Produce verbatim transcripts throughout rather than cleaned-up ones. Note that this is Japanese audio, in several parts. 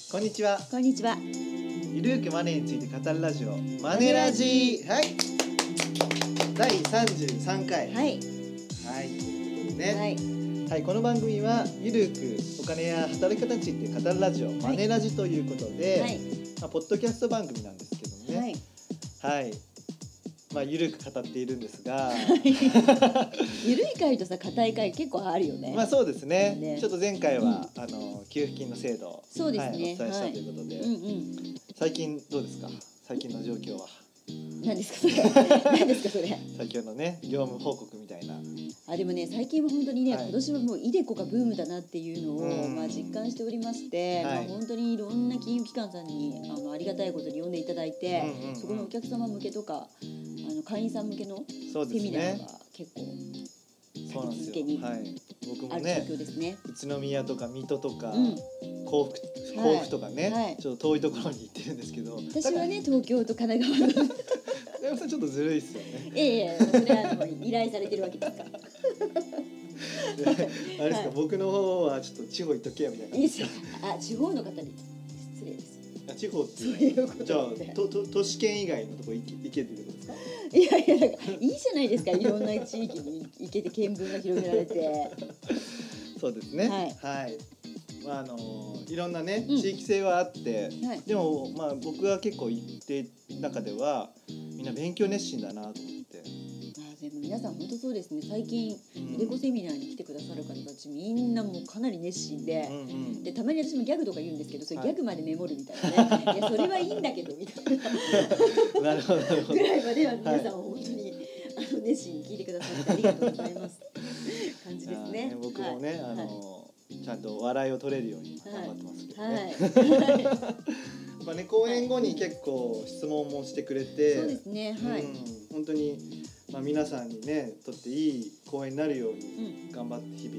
こんにちは。 こんにちは。 ゆるーくマネーについて語るラジオマネラジ。はい。だいさんじゅうさんかい。 はい。 はい。ね。 はい。 はい。この番組はゆるーくお金や働き方について語るラジオ、はい、マネラジということで、はい、まあ、ポッドキャスト番組なんですけどね。はい。はい。まあ、ゆるく語っているんですがゆるい回とさ硬い回結構あるよね。 まあそうですね。ね、ちょっと前回は、うん、あの給付金の制度を、 そうですね、 はい、お伝えしたということで、はい、うんうん、最近どうですか？最近の状況は。 何ですかそれ何ですかそれ先ほどのね業務報告みたいな。 あでもね最近は本当にね、はい、今年はもうイデコがブームだなっていうのを、 うんまあ、実感しておりまして、はい、まあ、本当にいろんな金融機関さんにあのありがたいことに呼んでいただいて、うんうんうん、そこのお客様向けとかあの会員さん向けのセミナーが結構立て続けにある状況ですね。 宇都宮とか水戸とか、うん、甲府甲府とかね、はいはい、ちょっと遠いところに行ってるんですけど、 私はね東京と神奈川の山さんちょっとずるいっすよね。 ええそれは依頼されてるわけですからあれですか、はい、僕の方はちょっと地方行っとけやみたいな。いいですよ。 あ、地方の方に失礼です。 あ、地方ってそういうこと、ね、 じゃあとと都市圏以外のとこ行け行けっていうことですか？ いやいやなんかいいじゃないですか。いろんな地域に行けて見聞が広げられて。 そうですね。はい。はい、まああのいろんなね、うん、地域性はあって、はい、でもまあ僕が結構行って中ではみんな勉強熱心だなと思って。 あでも皆さん本当そうですね。最近イデコセミナーに来てくださる方たちみんなもうかなり熱心で、うんうん、でたまに私もギャグとか言うんですけど、それギャグまでメモるみたいなね。はい、いやそれはいいんだけどみたいな。 なるほどなるほど。 ぐらいまでは皆さん本当に、はい、あの熱心に聞いてくださってありがとうございます。感じですね。 ね僕もね、はい、あの、はい、ちゃんと笑いを取れるように頑張ってますけどね。 はいはいまあね、講演後に結構質問もしてくれて、 そうですね、はい、うん、 本当に、まあ、皆さんにねとっていい講演になるように頑張って日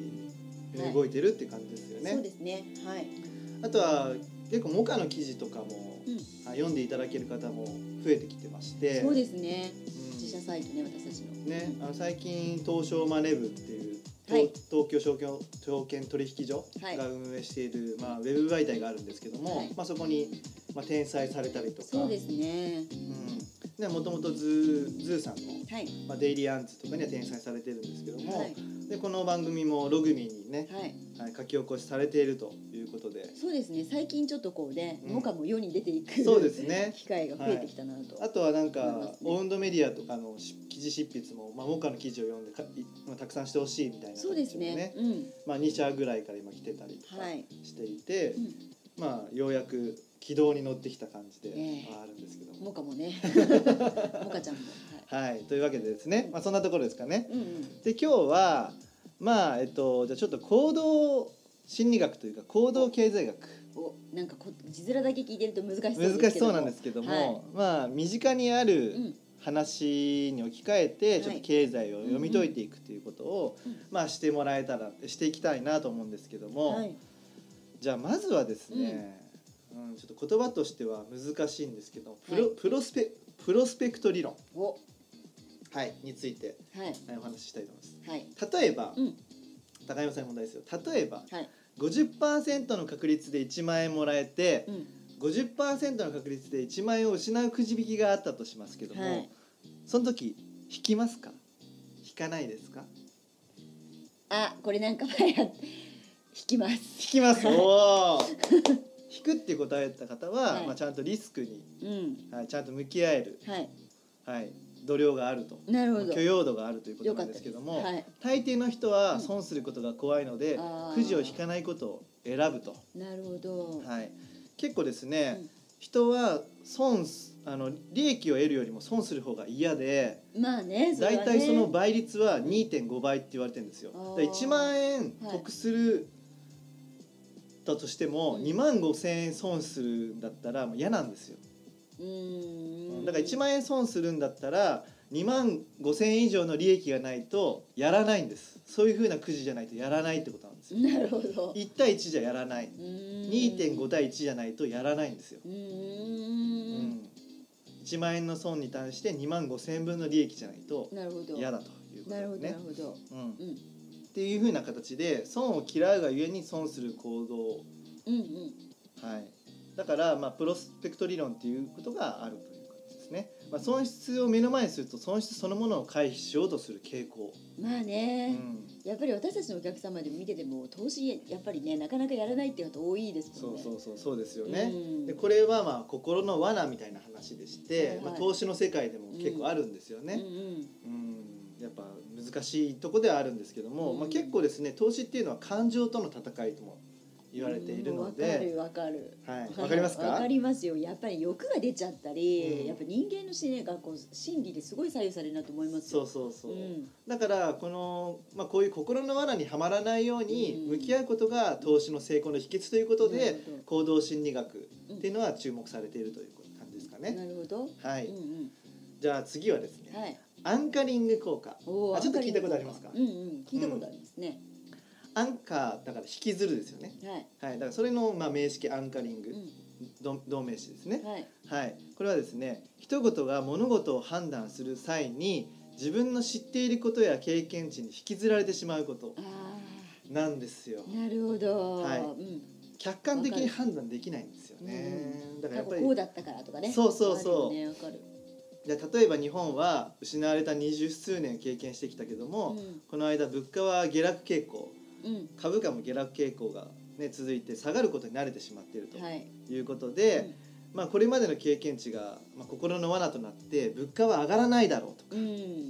々動いてるっていう感じですよね。 はい、そうですね、はい、 あとは結構モカの記事とかも、うん、読んでいただける方も増えてきてまして、 そうですね、うん、自社サイトね私たちのね、あの最近東証マネブっていうはい、東京証券、証券取引所が運営している、はい、まあ、ウェブ媒体があるんですけども、はい、まあ、そこに、まあ、転載されたりとか、 そうですね、 うん、もともとズー、ズーさんの、はい、まあ、デイリーアンツとかには転載されてるんですけども、はい、でこの番組もログミにね、はいはい、書き起こしされているということで、 そうですね、最近ちょっとこうね、モカも世に出ていく、 そうですね、 機会が増えてきたなと、はい、 あとはなんか、ね、オウンドメディアとかの記事執筆も、まあ、モカの記事を読んでか、まあ、たくさんしてほしいみたいな、 そうですね、うん、 まあ、に社ぐらいから今来てたりとかしていて、はい、うん、まあようやく軌道に乗ってきた感じではあるんですけども、 モカもねモカちゃんも、 はい、はい、というわけでですね、まあ、そんなところですかね、 うんうん、 で今日はまあえっとじゃあちょっと行動心理学というか行動経済学、 おなんかこ字面だけ聞いてると難しそうですけども、 難しそうなんですけども、はい、まあ身近にある、うん、話に置き換えてちょっと経済を読み解いていくということを、はい、まあしてもらえたらしていきたいなと思うんですけども、はい、じゃあまずはですね、うんうん、ちょっと言葉としては難しいんですけど、プロ、はい、プロスペプロスペクト理論、はい、について、はい、お話ししたいと思います。はい、例えば、うん、高山さんに問題ですよ。例えば、はい、ごじゅっパーセント の確率でいちまん円もらえて、うん、ごじゅっパーセント の確率でいちまん円を失うくじ引きがあったとしますけども、はい、その時引きますか？引かないですか？ あ、これなんか前や引きます。引きます。お引くって答えた方は、はい、まあ、ちゃんとリスクに、うん、はい、ちゃんと向き合える、はいはい、度量があると、 なるほど、 許容度があるということなんですけども、はい、大抵の人は損することが怖いので、うん、くじを引かないことを選ぶと。 なるほど、 はい、結構ですね、うん、人は損あの利益を得るよりも損する方が嫌で、 まあね、 だいたいその倍率は にてんご 倍って言われてるんですよ。だいちまん円得するだとしても、はい、にまんごせん円損するんだったらもう嫌なんですよ。うーん、だからいちまん円損するんだったらにまんごせん円以上の利益がないとやらないんです。そういう風なくじじゃないとやらないってことなんですよ。 なるほど。 いち対いちじゃやらない。にてんご 対いちじゃないとやらないんですよ。うーん、うん、いちまん円の損に対してにまんごせん円分の利益じゃないと嫌だということですね。なるほど、なるほど、うんうん、っていう風な形で損を嫌うがゆえに損する行動、うんうん、はい、 だからまあプロスペクト理論っていうことがあるという感じですね。まあ、損失を目の前にすると損失そのものを回避しようとする傾向。 まあね、うん、やっぱり私たちのお客様で見てても投資やっぱりねなかなかやらないっていう方多いですもんね。 そうそうそうそうですよね、うん、でこれはまあ心の罠みたいな話でして、はいはい、まあ、投資の世界でも結構あるんですよね、うんうんうん、やっぱ難しいとこではあるんですけども、うんまあ、結構ですね投資っていうのは感情との戦いとも言われているので、 わかるわかる、 はい、わかりますか？ わかりますよ。やっぱり欲が出ちゃったり、うん、やっぱ人間の心理がこう心理ですごい左右されるなと思いますよ。 そうそうそう、うん、だからこの、まあ、こういう心の罠にはまらないように向き合うことが投資の成功の秘訣ということで、うん、行動心理学っていうのは注目されているという感じですかね。 なるほど、 はい、うんうん、 じゃあ次はですね、はい、アンカリング効果。あ、ちょっと聞いたことありますか？ うんうん、聞いたことありますね、 うん、アンカーだから引きずるですよね。はい。はい、だからそれのまあ名式アンカリング、うん、同名詞ですね。はい。はい。これはですね、人事が物事を判断する際に自分の知っていることや経験値に引きずられてしまうことなんですよ。 なるほど。 はい。うん、客観的に判断できないんですよね。 うん、だからやっぱりこうだったからとかね。 そうそうそう。 ね、わかる。 例えば日本は失われた二十数年経験してきたけども、うん、この間物価は下落傾向、うん、株価も下落傾向が、ね、続いて下がることに慣れてしまっているということで、はい、うん、まあ、これまでの経験値が、まあ、心の罠となって物価は上がらないだろうとか、うん、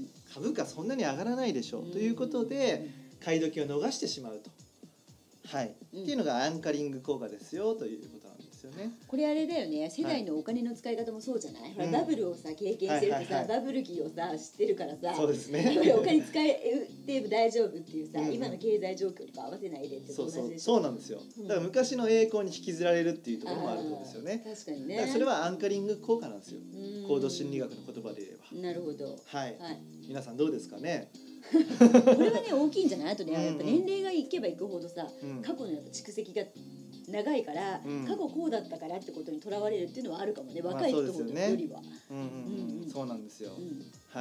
株価そんなに上がらないでしょう、うん、ということで買い時を逃してしまうと、はい、うん、っていうのがアンカリング効果ですよということなんですよね。 これあれだよね、世代のお金の使い方もそうじゃない、はい、ほらバブルをさ経験してるとさ、はいはいはい、バブル期をさ知ってるからさ、 そうですね、 お金使って大丈夫っていうさ、うん、今の経済状況とか合わせないでって同じでしょ。 そうそうそうなんですよ。だから昔の栄光に引きずられるっていうところもあるんですよね。 確かにね。 だからそれはアンカリング効果なんですよ。行動心理学の言葉で言えば。 なるほど。 はい。はい、皆さんどうですかね。 これはね大きいんじゃない？あとね、やっぱ年齢がいけばいくほどさ、うん、過去のやっぱ蓄積が長いから、うん、過去こうだったからってことにとらわれるっていうのはあるかもね、若い人ほどよりは。 そうなんですよ、うん、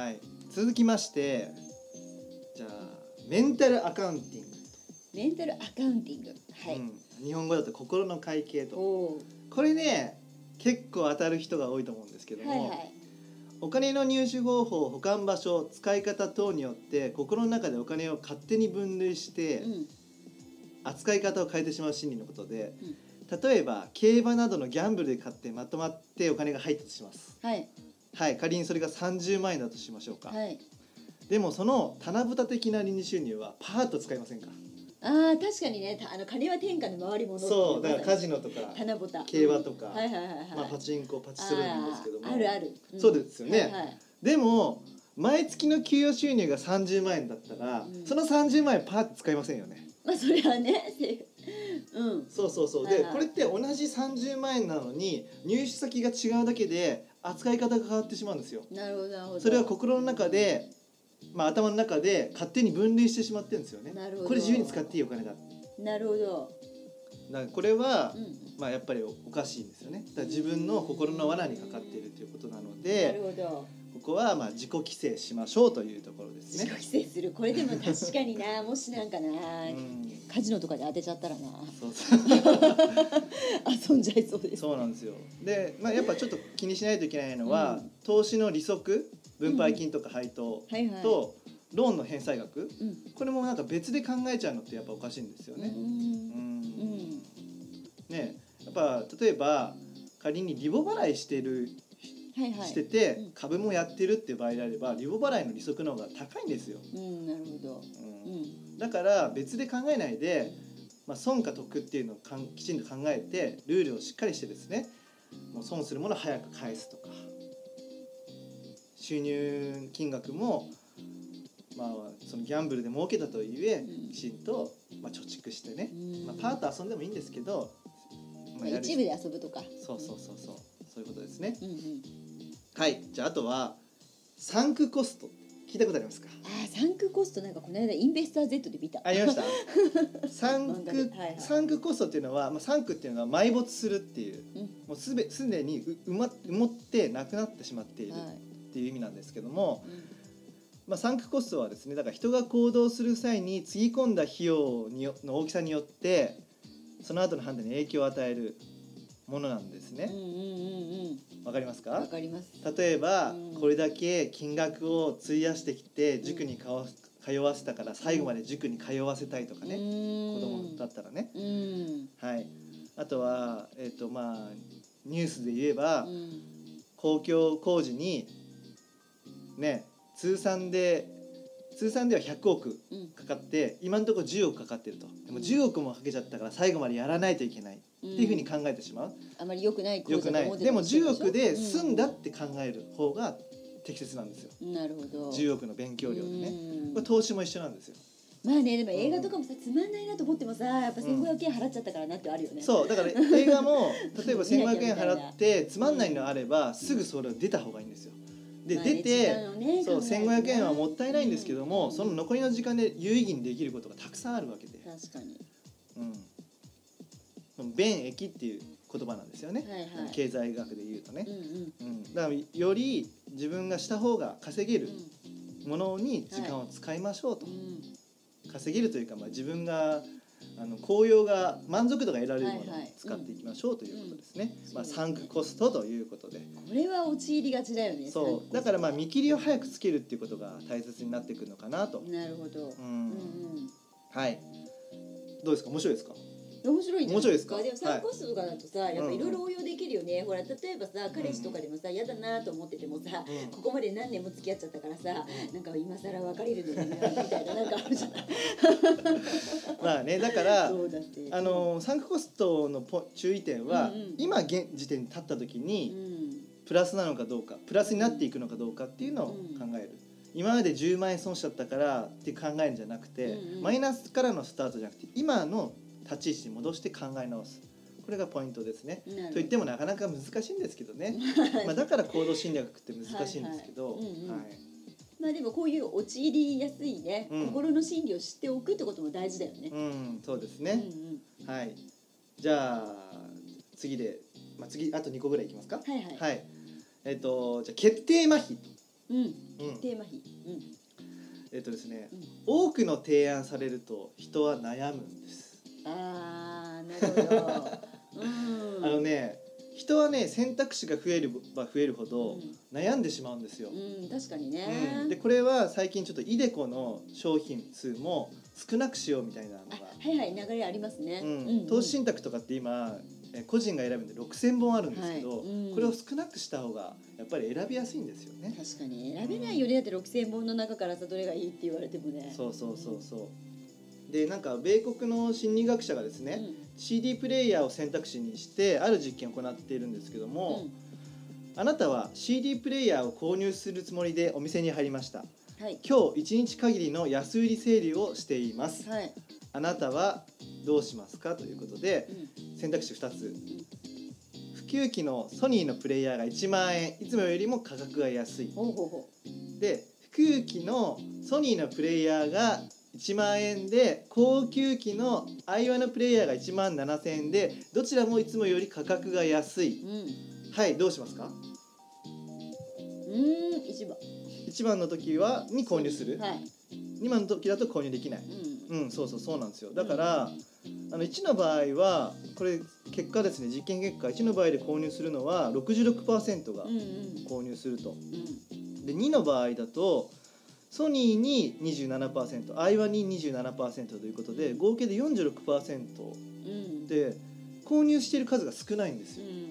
はい。続きましてじゃあメンタルアカウンティング。 メンタルアカウンティング、はい、うん、 日本語だと心の会計と。これね結構当たる人が多いと思うんですけども、はいはい、お金の入手方法、保管場所、使い方等によって心の中でお金を勝手に分類して、うん、扱い方を変えてしまう心理のことで、うん、例えば競馬などのギャンブルで買ってまとまってお金が入ったとします、はいはい、仮にそれがさんじゅうまんえんだとしましょうか、はい、でもその棚ぶた的な臨時収入はパーッと使いませんか？ ああ確かにね、あの金は天下の回り物。 そうだからカジノとか棚ぼた競馬とか、 うん、はいはいはいはい、 まあ、パチンコパチスロなんですけども、 あるある、 うん、そうですよね、はいはい、でも毎月の給与収入がさんじゅうまんえんだったら、うん、そのさんじゅうまんえんパーッと使いませんよね。 まあそれはねうん、 そうそうそう、で、はいはい、これって同じさんじゅうまんえんなのに入手先が違うだけで扱い方が変わってしまうんですよ。なるほどなるほど。それは心の中で、まあ、頭の中で勝手に分類してしまってるんですよね。なるほど。これ自由に使っていいお金だ。 なるほど。 だからこれは、うん、まあ、やっぱりおかしいんですよね。だから自分の心の罠にかかっているということなので、なるほど、ここはまあ自己規制しましょうというところですね。 自己規制する。これでも確かになもしなんかな、うん、カジノとかで当てちゃったらな、そうそう遊んじゃいそうです、ね、 そうなんですよ。で、まあ、やっぱちょっと気にしないといけないのは、うん、投資の利息、分配金とか配当と、うん、はいはい、ローンの返済額、うん、これもなんか別で考えちゃうのってやっぱおかしいんですよね。うん、うん、ね、やっぱ例えば仮にリボ払いしてる、はいはい、してて、うん、株もやってるっていう場合であればリボ払いの利息の方が高いんですよ。 うん、なるほど、 うん、だから別で考えないで、まあ、損か得っていうのをかんきちんと考えてルールをしっかりしてですね、もう損するものを早く返すとか、収入金額もまあ、そのギャンブルで儲けたとはいえ、きちんと、まあ、貯蓄してね、まあ、パーッと遊んでもいいんですけど、 まあ、一部で遊ぶとか、 そうそうそうそう、そういうことですね、うんうん、はい。じゃああとはサンクコスト、聞いたことありますか？ あ、サンクコスト、なんかこの間インベスター Z で見た。 ありましたサンク、はいはい、サンクコストっていうのは、まあ、サンクっていうのは埋没するっていう、うん、もうすべすでに埋ま埋もってなくなってしまっているっていう意味なんですけども、はい、うん、まあ、サンクコストはですね、だから人が行動する際につぎ込んだ費用によの大きさによってその後の判断に影響を与えるものなんですね。わ、うんうんうん、かりますか？ わかります。 例えば、うん、これだけ金額を費やしてきて塾に通わせたから最後まで塾に通わせたいとかね、うん、子供だったらね、うん、はい、あとは、えーとまあ、ニュースで言えば、うん、公共工事にね通算で通算ではひゃくおくかかって、うん、今のところじゅうおくかかってると。でもじゅうおくもかけちゃったから最後までやらないといけないっていうふうに考えてしまう、 うん、あまり良くない良くない。でもじゅうおくで済んだって考える方が適切なんですよ。 なるほど。 じゅうおくの勉強料でね、これ投資も一緒なんですよ。 まあね、でも映画とかもさ、つまんないなと思ってもさ、やっぱせんごひゃくえん払っちゃったからなってあるよね、うん、そうだから映画も例えばせんごひゃくえん払ってつまんないのあればすぐそれを出た方がいいんですよ。で、まあね、出て、ね、そうせんごひゃくえんはもったいないんですけども、うん、その残りの時間で有意義にできることがたくさんあるわけで、 確かに、 うん、便益っていう言葉なんですよね、はいはい、経済学で言うとね、うんうんうん、だからより自分がした方が稼げるものに時間を使いましょうと、はい、稼げるというか、まあ、自分があの効用が満足度が得られるものを使っていきましょうということですね、はいはい、うん、まあ、サンクコストということで、これは陥りがちだよね。 そうだからまあ見切りを早くつけるっていうことが大切になってくるのかなと。 なるほど、うんうん、 はい、どうですか、面白いですか？ 面白い面白いですか？ でもサンコストとかだとさ、はい、やっぱいろいろ応用できるよね、うん、ほら例えばさ彼氏とかでもさ嫌だなと思っててもさ、うん、ここまで何年も付き合っちゃったからさ、うん、なんか今更別れるのよねみたいななんかあるじゃないまあね、だからあのサンクコストのポ注意点は、うんうん、今現時点に立った時に、うん、プラスなのかどうかプラスになっていくのかどうかっていうのを考える、うん、今までじゅうまんえん損しちゃったからって考えるんじゃなくて、うんうん、マイナスからのスタートじゃなくて今の立ち位置に戻して考え直す、これがポイントですね。と言ってもなかなか難しいんですけどねまあだから行動心理学って難しいんですけど、 まあでもこういう陥りやすいね、うん、心の心理を知っておくってことも大事だよね。 うん、そうですね、うんうん、はい。じゃあ次で、まあ、次あとにこぐらいいきますか。 はいはい、 はい、えっとじゃあ決定麻痺、 うんうん、決定麻痺、うん、 えっとですね、うん、多くの提案されると人は悩むんです。 あー、なるほどうん、あのね、人はね選択肢が増えれば増えるほど悩んでしまうんですよ、 うん、確かにね、 うん、でこれは最近ちょっとイデコの商品数も少なくしようみたいなのが、 はいはい、流れありますね、 うんうんうん、投資信託とかって今個人が選ぶんでろくせんぼんあるんですけど、はい、うん、これを少なくした方がやっぱり選びやすいんですよね。 確かに選べないよりだってろくせんぼんの中からさどれがいいって言われてもね。 そうそうそうそう、うん、でなんか米国の心理学者がですね、うん、シーディー プレイヤーを選択肢にしてある実験を行っているんですけども、うん、あなたは シーディー プレイヤーを購入するつもりでお店に入りました、はい、今日いちにち限りの安売りセールをしています、はい、あなたはどうしますかということで、うん、選択肢ふたつ、うん、普及機のソニーのプレイヤーがいちまんえん、いつもよりも価格が安い。 ほうほうほうで普及機のソニーのプレイヤーがいちまんえんで高級機のアイワのプレイヤーがいちまんななせんえんでどちらもいつもより価格が安い、うん、はい、どうしますか？ うーん、いちばんいちばんの時はに購入する、はい、にばんの時だと購入できない、うん、うん、そうそうそうなんですよ。だから、うん、あのいちの場合はこれ結果ですね、実験結果いちの場合で購入するのは ろくじゅうろくパーセント が購入すると、うんうん、でにの場合だとソニーに にじゅうななパーセント、アイワに にじゅうななパーセント ということで合計で よんじゅうろくパーセント で購入している数が少ないんですよ、うん、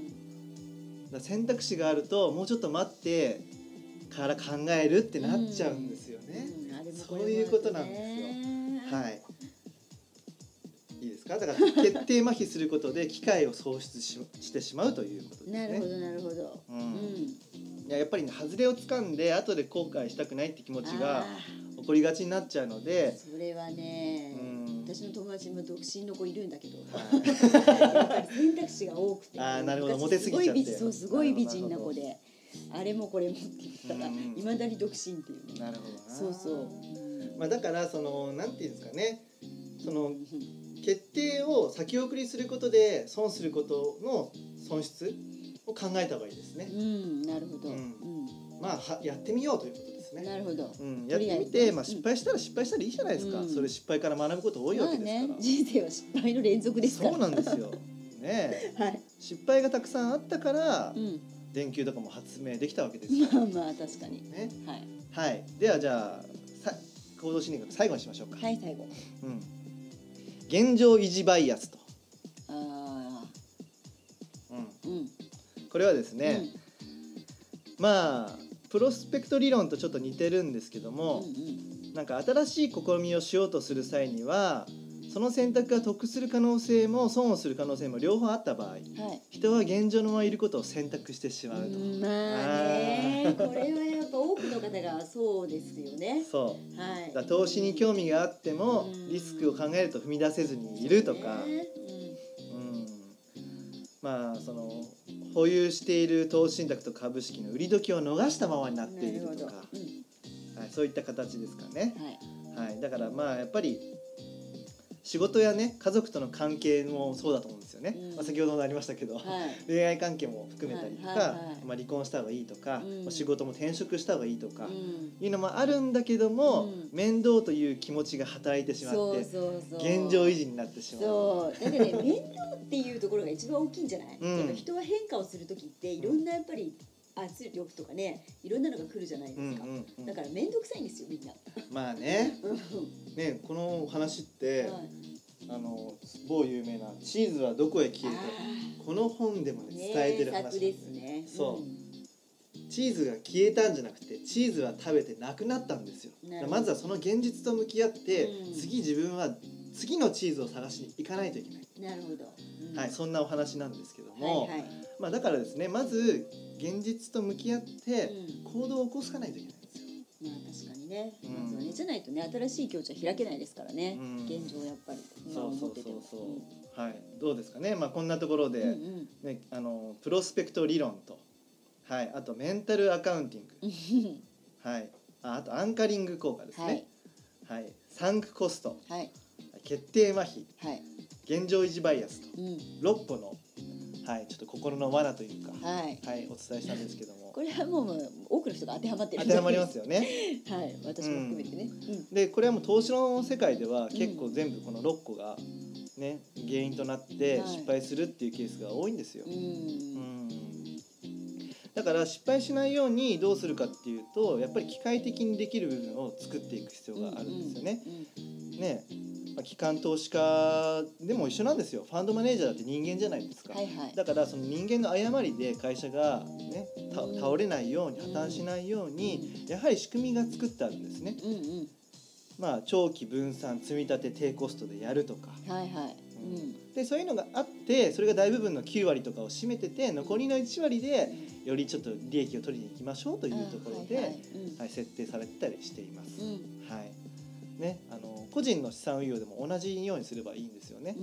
だから選択肢があるともうちょっと待ってから考えるってなっちゃうんですよね、うんうん、あれもこれもそういうことなんですよ。はい、いいですか？だから決定麻痺することで機会を喪失 し, してしまうということですね。 なるほどなるほど、うん、うん、 いや、やっぱりね、外れをつかんで後で後悔したくないって気持ちが起こりがちになっちゃうので、 それはね、うん、私の友達も独身の子いるんだけど、やっぱり選択肢が多くて、 あ、なるほど、モテすぎちゃって、 そう、すごい美人な子であれもこれもって言ったらいまだに独身っていうね。 なるほどな。 そうそう、 まあ、だからそのなんていうんですかね、その決定を先送りすることで損することの損失を考えた方がいいですね。 うん、なるほど、うんうん、 まあはやってみようということですね。 なるほど、 うん、やってみて、まあ、失敗したら失敗したらいいじゃないですか、うん、それ失敗から学ぶこと多いわけですから、 まあね、人生は失敗の連続ですから。 そうなんですよ。 ね、 はい、 失敗がたくさんあったから、 うん、 電球とかも発明できたわけですよ。 まあまあ確かにね、 はい、 はい、ではじゃあさ行動心理学最後にしましょうか。 はい、最後、 うん、現状維持バイアスと、 あうん、 うん、 これはですね、 うん、 まあプロスペクト理論とちょっと似てるんですけども、 うんうん、 なんか新しい試みをしようとする際にはその選択が得する可能性も損をする可能性も両方あった場合、はい、人は現状のままいることを選択してしまうと。 うん、まあね、これはやっぱ多くの方がそうですよね。 そう、 はい、 だ投資に興味があってもリスクを考えると踏み出せずにいるとか、 ね、 うん、まあその保有している投資信託と株式の売り時を逃したままになっているとか、はい、そういった形ですかね。はいはい、だからまあやっぱり仕事やね家族との関係もそうだと思うんですよね、うん、まあ、先ほどもありましたけど、はい、恋愛関係も含めたりとか、はいはいはい、まあ、離婚した方がいいとか、うん、仕事も転職した方がいいとか、うん、いうのもあるんだけども、うん、面倒という気持ちが働いてしまって、そうそうそう、現状維持になってしまう。 そうだってね面倒っていうところが一番大きいんじゃない、うん、やっぱ人は変化をする時っていろんなやっぱり圧力とかね、いろんなのが来るじゃないですか、うんうんうん、だから面倒くさいんですよみんな。 まあねね、この話って、はい、あの某有名なチーズはどこへ消えるか、この本でも、ね、伝えてる話なんですね。そう、うん、チーズが消えたんじゃなくてチーズは食べてなくなったんですよ。まずはその現実と向き合って、うん、次自分は次のチーズを探しに行かないといけない。 なるほど、 うん、はい、そんなお話なんですけども、はいはい、まあ、だからですね、まず現実と向き合って行動を起こすかないといけないんですよ。 まあ確かにね、うん、まずはね、じゃないとね新しい境地は開けないですからね、うん、現状やっぱり今思ってても、そうそうそうそう、はい、 どうですかね、まあ、こんなところで、うんうん、ね、あのプロスペクト理論と、はい、あとメンタルアカウンティングはい、あ, あとアンカリング効果ですね、はいはい、サンクコスト、はい、決定麻痺、はい、現状維持バイアスと、うん、ろっぽの、はい、ちょっと心の罠というか、はいはい、お伝えしたんですけどもこれはもう多くの人が当てはまってる当てはまりますよねはい、私も含めてね、 うん、でこれはもう投資の世界では結構全部このろっこがね、原因となって失敗するっていうケースが多いんですよ、はい、うん、だから失敗しないようにどうするかっていうと、やっぱり機械的にできる部分を作っていく必要があるんですよね、うんうん、ね、まあ、機関投資家でも一緒なんですよ。ファンドマネージャーだって人間じゃないですか、はいはい、だからその人間の誤りで会社が、ね、倒れないように破綻しないように、やはり仕組みが作ってあるんですね、うんうん、まあ、長期分散積み立て低コストでやるとか、はいはい、うん、でそういうのがあって、それが大部分のきゅうわりとかを占めてて、残りのいちわりでよりちょっと利益を取りに行きましょうというところで、はいはい、うん、はい、設定されてたりしています、うん、はいね、あの個人の資産運用でも同じようにすればいいんですよね、うん、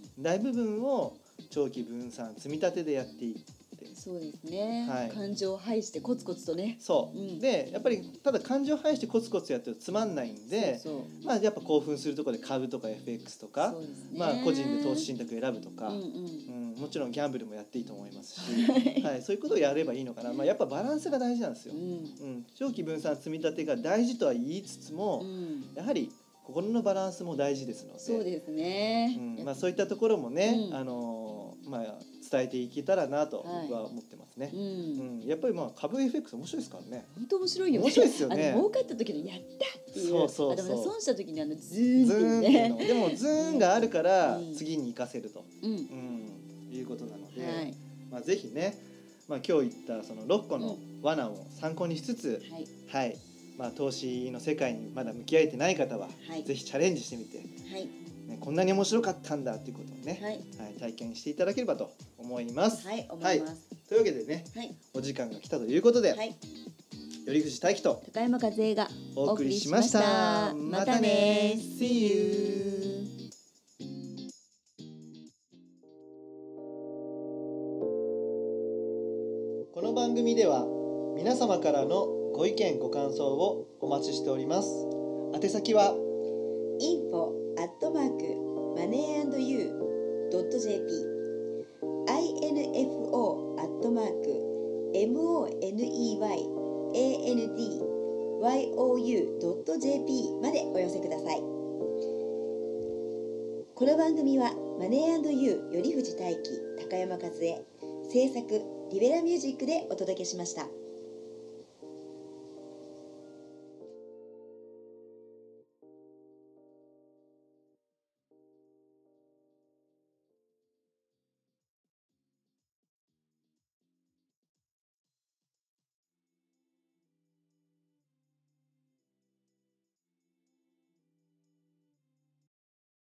大部分を長期分散積み立てでやっていって、 そうですね、はい、感情を排してコツコツとね、 そう、うん、でやっぱりただ感情を排してコツコツやってるとつまんないんで、そうそう、まあ、やっぱ興奮するところで株とか エフエックス とか、そうですね、まあ、個人で投資信託選ぶとか、うんうんうん、もちろんギャンブルもやっていいと思いますし、はい、そういうことをやればいいのかな、まあ、やっぱバランスが大事なんですよ、うんうん、長期分散積み立てが大事とは言いつつも、うん、やはり心のバランスも大事ですので、 そうですね、 うん、まあ、そういったところもね、うん、あのまあ、伝えていけたらなと僕は思ってますね、はい、うんうん、やっぱりまあ株 エフエックス 面白いですからね。 本当面白いよね。 面白いですよね。 あの儲かった時のやったっていう、そうそうそう、あと損した時にあのズーンっていうね、 ズーンっていうのでもズーンがあるから次に活かせると、うんうん、いうことなので、はい、まあ、ぜひね、まあ、今日言ったそのろっこの罠を参考にしつつ、うん、はい、はい、まあ、投資の世界にまだ向き合えてない方は、はい、ぜひチャレンジしてみて、はい、ね、こんなに面白かったんだっていうことをね、はいはい、体験していただければと思います。 はい、思います、はい、 というわけでね、はい、お時間が来たということで、はい、頼藤大樹と高山和恵がお送りしました。またね See you。 この番組では皆様からのご意見ご感想をお待ちしております。宛先はインフォ アットマーク マネー アンド ユー ドット ジェーピー インフォ アットマーク エムオーエヌイーワイエーエヌディーワイオーユー ドット ジェーピー までお寄せください。この番組はマネー&ユー頼藤大輝高山和恵制作リベラミュージックでお届けしました。